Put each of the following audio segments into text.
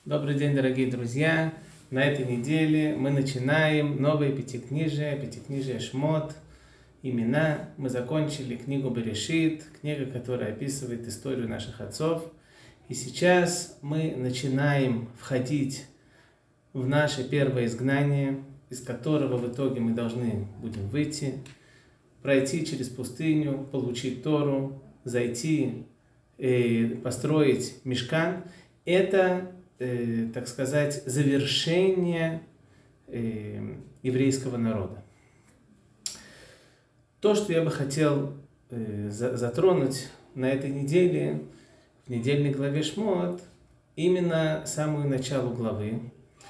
Добрый день, дорогие друзья! На этой неделе мы начинаем новое пятикнижие Шмот, имена. Мы закончили книгу Берешит, книга, которая описывает историю наших отцов. И сейчас мы начинаем входить в наше первое изгнание, из которого в итоге мы должны будем выйти, пройти через пустыню, получить Тору, зайти, построить мишкан. Это, так сказать, завершение еврейского народа. То, что я бы хотел затронуть на этой неделе, в недельной главе Шмот, именно самое начало главы.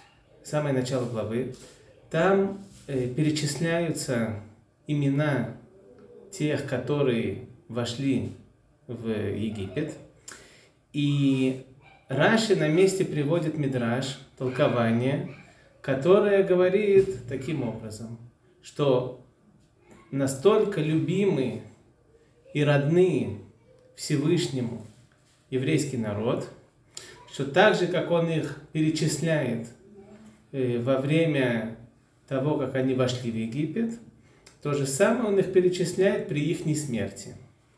Там перечисляются имена тех, которые вошли в Египет. И Раши на месте приводит мидраш, толкование, которое говорит таким образом, что настолько любимый и родные Всевышнему еврейский народ, что так же, как он их перечисляет во время того, как они вошли в Египет, то же самое он их перечисляет при их смерти.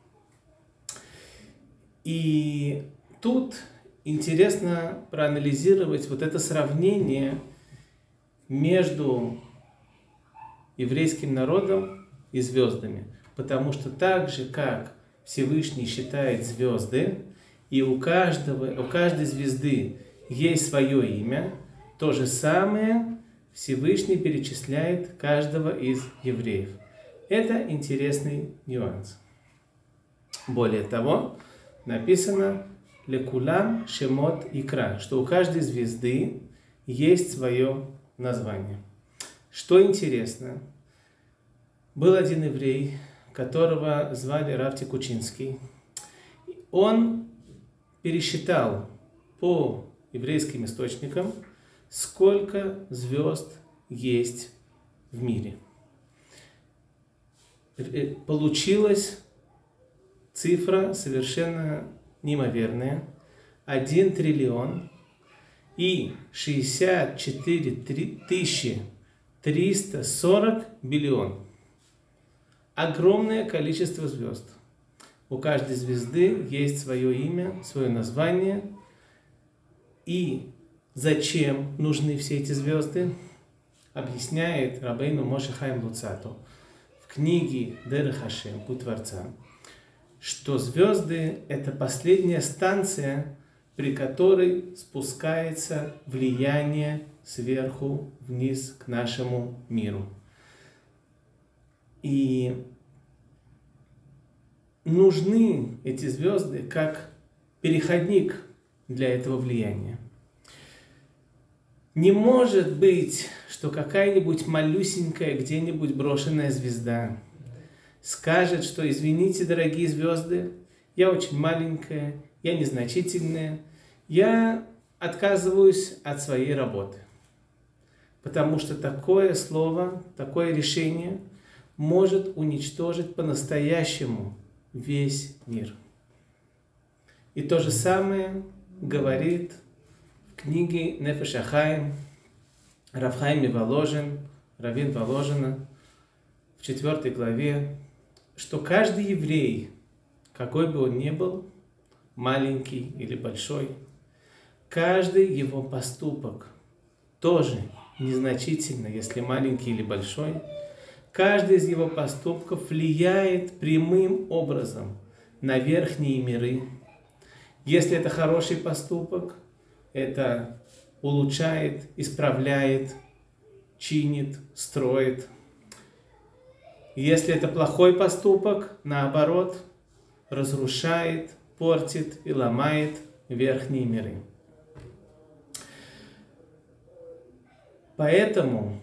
И тут интересно проанализировать вот это сравнение между еврейским народом и звездами. Потому что так же, как Всевышний считает звезды, и у каждой звезды есть свое имя, то же самое Всевышний перечисляет каждого из евреев. Это интересный нюанс. Более того, написано «Лекулам шемот икра», что у каждой звезды есть свое название. Что интересно, был один еврей, которого звали Рав Текучинский. Он пересчитал по еврейским источникам, сколько звезд есть в мире. Получилась цифра совершенно неимоверная. 1 триллион и 64 340 биллион. Огромное количество звезд. У каждой звезды есть свое имя, свое название. И зачем нужны все эти звезды, объясняет Рабейну Моше Хаим Луцату в книге Дерех Хашем, Путь Творца, что звезды – это последняя станция, при которой спускается влияние сверху вниз к нашему миру. И нужны эти звезды как переходник для этого влияния. Не может быть, что какая-нибудь малюсенькая, где-нибудь брошенная звезда скажет, что извините, дорогие звезды, я очень маленькая, я незначительная, я отказываюсь от своей работы. Потому что такое слово, такое решение может уничтожить по-настоящему весь мир. И то же самое говорит в книге Нефеш ха-Хаим Рав Хаим Воложин, раввин Воложина, в 4 главе, что каждый еврей, какой бы он ни был, маленький или большой, каждый его поступок тоже незначительно, если маленький или большой, каждый из его поступков влияет прямым образом на верхние миры. Если это хороший поступок, это улучшает, исправляет, чинит, строит. Если это плохой поступок, наоборот, разрушает, портит и ломает верхние миры. Поэтому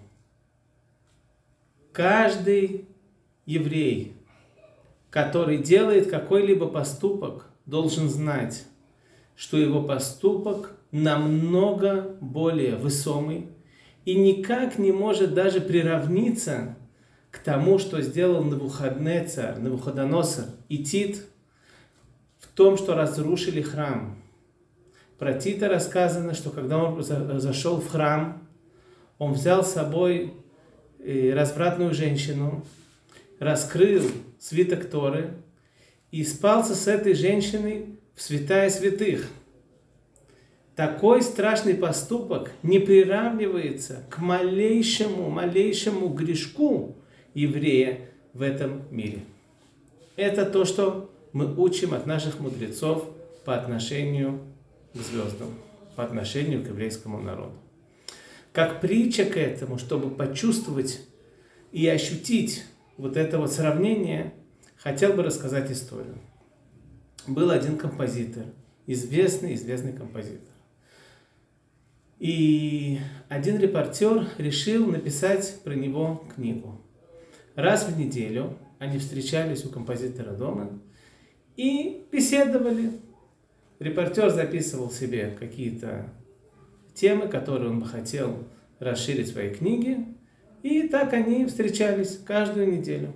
каждый еврей, который делает какой-либо поступок, должен знать, что его поступок намного более весомый и никак не может даже приравниться к тому, что сделал Навуходоносор и Тит в том, что разрушили храм. Про Тита рассказано, что когда он зашел в храм, он взял с собой развратную женщину, раскрыл свиток Торы и спался с этой женщиной в святая святых. Такой страшный поступок не приравнивается к малейшему грешку еврея в этом мире. Это то, что мы учим от наших мудрецов по отношению к звездам, по отношению к еврейскому народу. Как притча к этому, чтобы почувствовать и ощутить вот это вот сравнение, хотел бы рассказать историю. Был один композитор, известный композитор. И один репортер решил написать про него книгу. Раз в неделю они встречались у композитора дома и беседовали. Репортер записывал себе какие-то темы, которые он бы хотел расширить в своей книге. И так они встречались каждую неделю.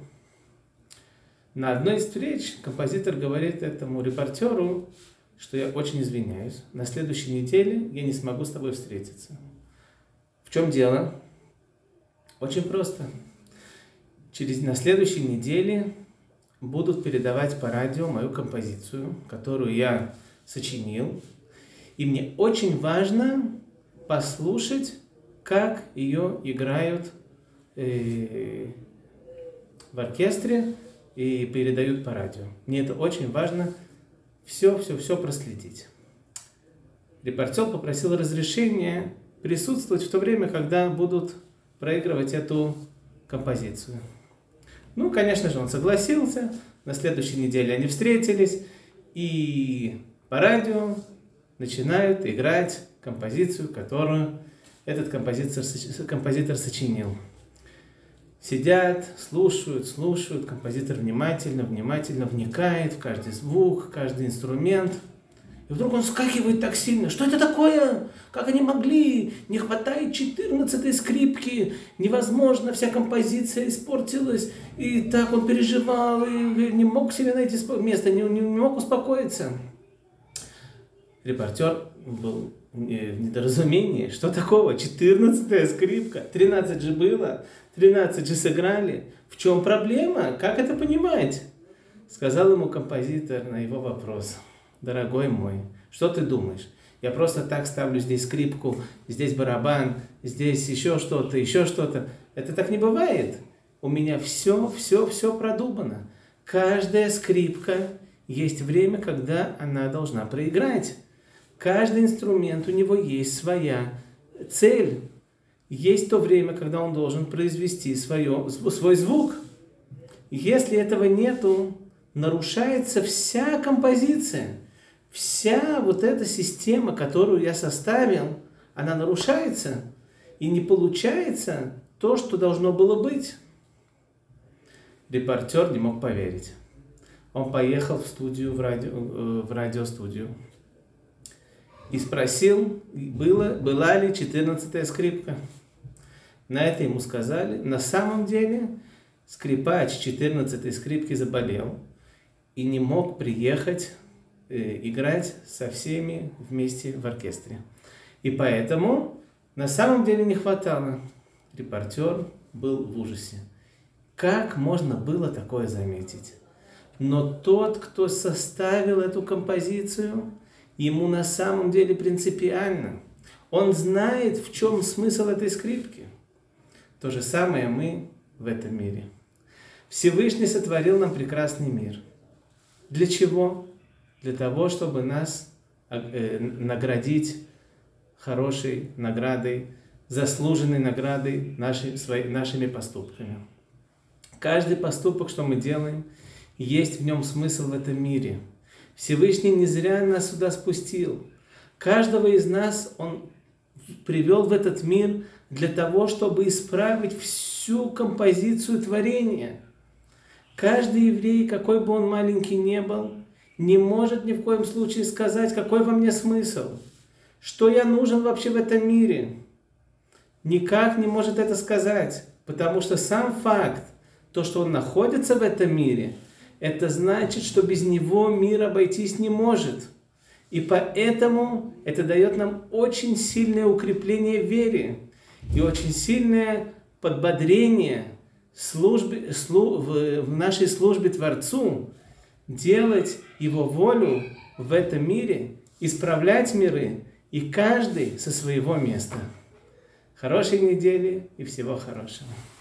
На одной из встреч композитор говорит этому репортеру, что я очень извиняюсь, на следующей неделе я не смогу с тобой встретиться. В чем дело? Очень просто. На следующей неделе будут передавать по радио мою композицию, которую я сочинил. И мне очень важно послушать, как ее играют в оркестре и передают по радио. Мне это очень важно все проследить. Репортер попросил разрешения присутствовать в то время, когда будут проигрывать эту композицию. Ну, конечно же, он согласился. На следующей неделе они встретились и по радио начинают играть композицию, которую этот композитор сочинил. Сидят, слушают, композитор внимательно вникает в каждый звук, каждый инструмент. И вдруг он вскакивает так сильно. Что это такое? Как они могли? Не хватает 14-й скрипки. Невозможно, вся композиция испортилась. И так он переживал, и не мог себе найти место, не мог успокоиться. Репортер был в недоразумении. Что такого? 14-я скрипка. 13 же было. 13 же сыграли. В чем проблема? Как это понимать? Сказал ему композитор на его вопрос. Дорогой мой, что ты думаешь? Я просто так ставлю здесь скрипку, здесь барабан, здесь еще что-то. Это так не бывает. У меня все продумано. Каждая скрипка есть время, когда она должна проиграть. Каждый инструмент, у него есть своя цель. Есть то время, когда он должен произвести свой звук. Если этого нету, нарушается вся композиция. Вся вот эта система, которую я составил, она нарушается. И не получается то, что должно было быть. Репортер не мог поверить. Он поехал в студию, в радиостудию. И спросил, была ли 14-я скрипка. На это ему сказали, на самом деле скрипач 14-й скрипки заболел и не мог приехать играть со всеми вместе в оркестре. И поэтому на самом деле не хватало. Репортер был в ужасе. Как можно было такое заметить? Но тот, кто составил эту композицию, ему на самом деле принципиально. Он знает, в чем смысл этой скрипки. То же самое мы в этом мире. Всевышний сотворил нам прекрасный мир. Для чего? Для того, чтобы нас наградить хорошей наградой, заслуженной наградой нашими поступками. Каждый поступок, что мы делаем, есть в нем смысл в этом мире. Всевышний не зря нас сюда спустил. Каждого из нас Он привел в этот мир для того, чтобы исправить всю композицию творения. Каждый еврей, какой бы он маленький ни был, не может ни в коем случае сказать, какой во мне смысл, что я нужен вообще в этом мире. Никак не может это сказать, потому что сам факт, то, что он находится в этом мире, это значит, что без него мир обойтись не может. И поэтому это дает нам очень сильное укрепление в вере и очень сильное подбодрение в нашей службе Творцу, делать Его волю в этом мире, исправлять миры, и каждый со своего места. Хорошей недели и всего хорошего.